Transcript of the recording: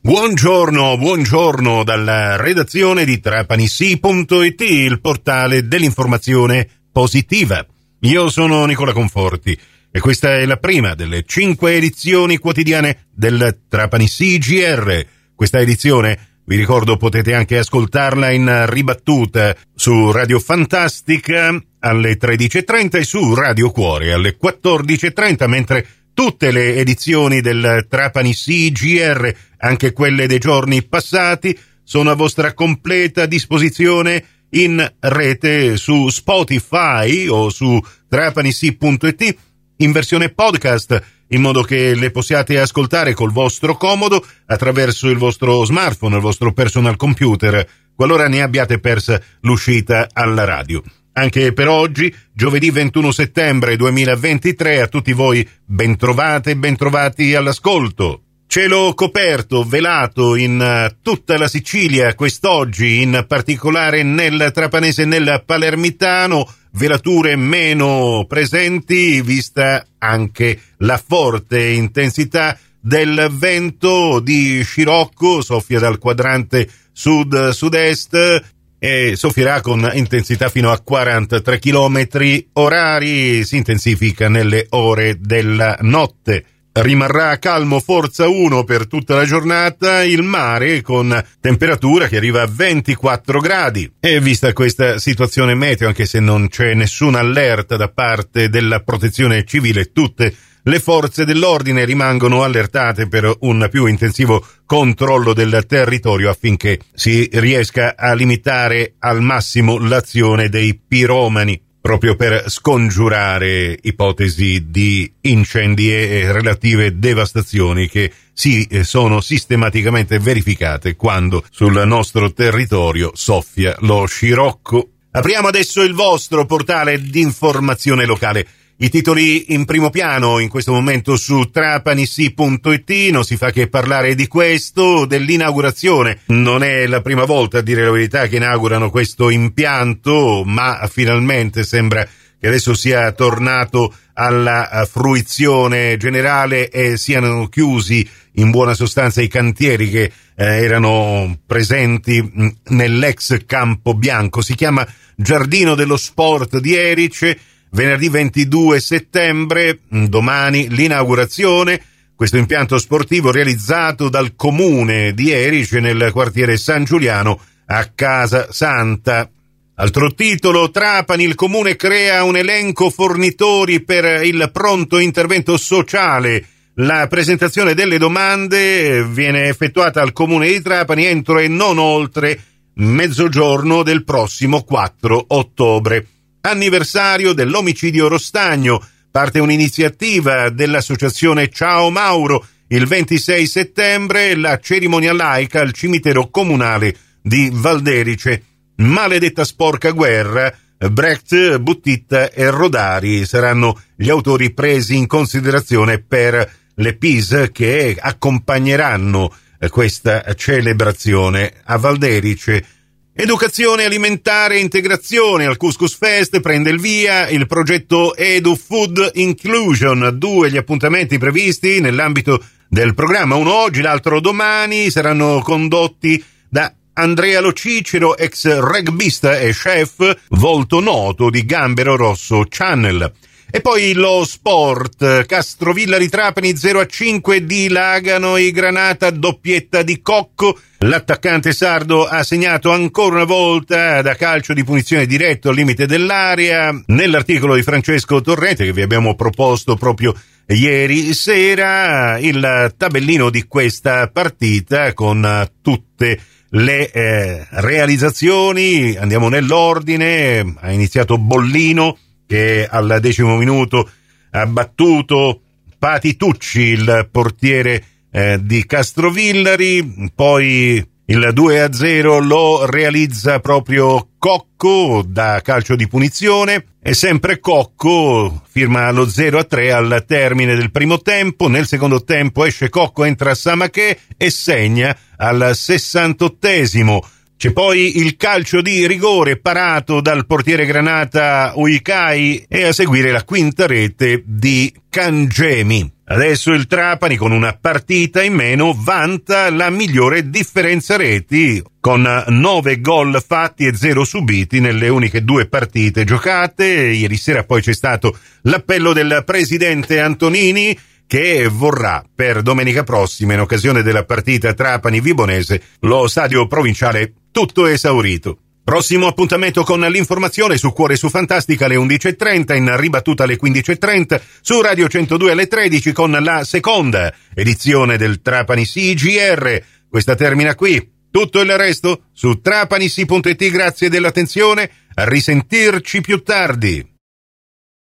Buongiorno dalla redazione di trapanissi.it, il portale dell'informazione positiva. Io sono Nicola Conforti e questa è la prima delle 5 edizioni quotidiane del Trapanissi GR. Questa edizione, vi ricordo, potete anche ascoltarla in ribattuta su Radio Fantastica alle 13.30 e su Radio Cuore alle 14.30, mentre tutte le edizioni del Trapanissi GR, anche quelle dei giorni passati, sono a vostra completa disposizione in rete su Spotify o su trapanissi.it in versione podcast, in modo che le possiate ascoltare col vostro comodo attraverso il vostro smartphone, il vostro personal computer, qualora ne abbiate persa l'uscita alla radio. Anche per oggi, giovedì 21 settembre 2023, a tutti voi bentrovate e bentrovati all'ascolto. Cielo coperto, velato in tutta la Sicilia quest'oggi, in particolare nel trapanese e nel palermitano, velature meno presenti, vista anche la forte intensità del vento di scirocco, soffia dal quadrante sud-sud-est, e soffierà con intensità fino a 43 km orari, si intensifica nelle ore della notte. Rimarrà calmo forza 1 per tutta la giornata il mare, con temperatura che arriva a 24 gradi. E vista questa situazione meteo, anche se non c'è nessuna allerta da parte della protezione civile, tutte le forze dell'ordine rimangono allertate per un più intensivo controllo del territorio affinché si riesca a limitare al massimo l'azione dei piromani, proprio per scongiurare ipotesi di incendi e relative devastazioni che si sono sistematicamente verificate quando sul nostro territorio soffia lo scirocco. Apriamo adesso il vostro portale di informazione locale. I titoli in primo piano in questo momento su trapanissi.it, non si fa che parlare di questo, dell'inaugurazione. Non è la prima volta, a dire la verità, che inaugurano questo impianto, ma finalmente sembra che adesso sia tornato alla fruizione generale e siano chiusi in buona sostanza i cantieri che erano presenti nell'ex Campo Bianco. Si chiama Giardino dello Sport di Erice. Venerdì 22 settembre, domani, l'inaugurazione. Questo impianto sportivo realizzato dal comune di Erice nel quartiere San Giuliano a Casa Santa. Altro titolo: Trapani, il comune crea un elenco fornitori per il pronto intervento sociale. La presentazione delle domande viene effettuata al comune di Trapani entro e non oltre mezzogiorno del prossimo 4 ottobre. Anniversario dell'omicidio Rostagno, parte un'iniziativa dell'associazione Ciao Mauro. Il 26 settembre la cerimonia laica al cimitero comunale di Valderice. Maledetta sporca guerra, Brecht, Buttitta e Rodari saranno gli autori presi in considerazione per le PIS che accompagneranno questa celebrazione a Valderice. Educazione alimentare e integrazione. Al Couscous Fest prende il via il progetto Edu Food Inclusion. 2 gli appuntamenti previsti nell'ambito del programma, uno oggi, l'altro domani, saranno condotti da Andrea Lo Cicero, ex rugbista e chef, volto noto di Gambero Rosso Channel. E poi lo sport, Castrovillari Trapani 0-5 dilagano i Granata, doppietta di Cocco. L'attaccante sardo ha segnato ancora una volta da calcio di punizione diretto al limite dell'area. Nell'articolo di Francesco Torrente, che vi abbiamo proposto proprio ieri sera, il tabellino di questa partita con tutte le realizzazioni. Andiamo nell'ordine. Ha iniziato Bollino, che al 10° minuto ha battuto Patitucci, il portiere di Castrovillari. Poi il 2-0 lo realizza proprio Cocco da calcio di punizione, e sempre Cocco firma lo 0-3 al termine del primo tempo. Nel secondo tempo esce Cocco, entra Samaché e segna al 68°. C'è poi il calcio di rigore parato dal portiere Granata Uicai e a seguire la quinta rete di Cangemi. Adesso il Trapani, con una partita in meno, vanta la migliore differenza reti, con 9 gol fatti e 0 subiti nelle uniche 2 partite giocate. Ieri sera poi c'è stato l'appello del presidente Antonini, che vorrà per domenica prossima, in occasione della partita Trapani-Vibonese, lo stadio provinciale tutto esaurito. Prossimo appuntamento con l'informazione su Cuore su Fantastica alle 11.30, in ribattuta alle 15.30, su Radio 102 alle 13 con la seconda edizione del Trapani CGR. Questa termina qui. Tutto il resto su trapanisi.it. Grazie dell'attenzione, a risentirci più tardi.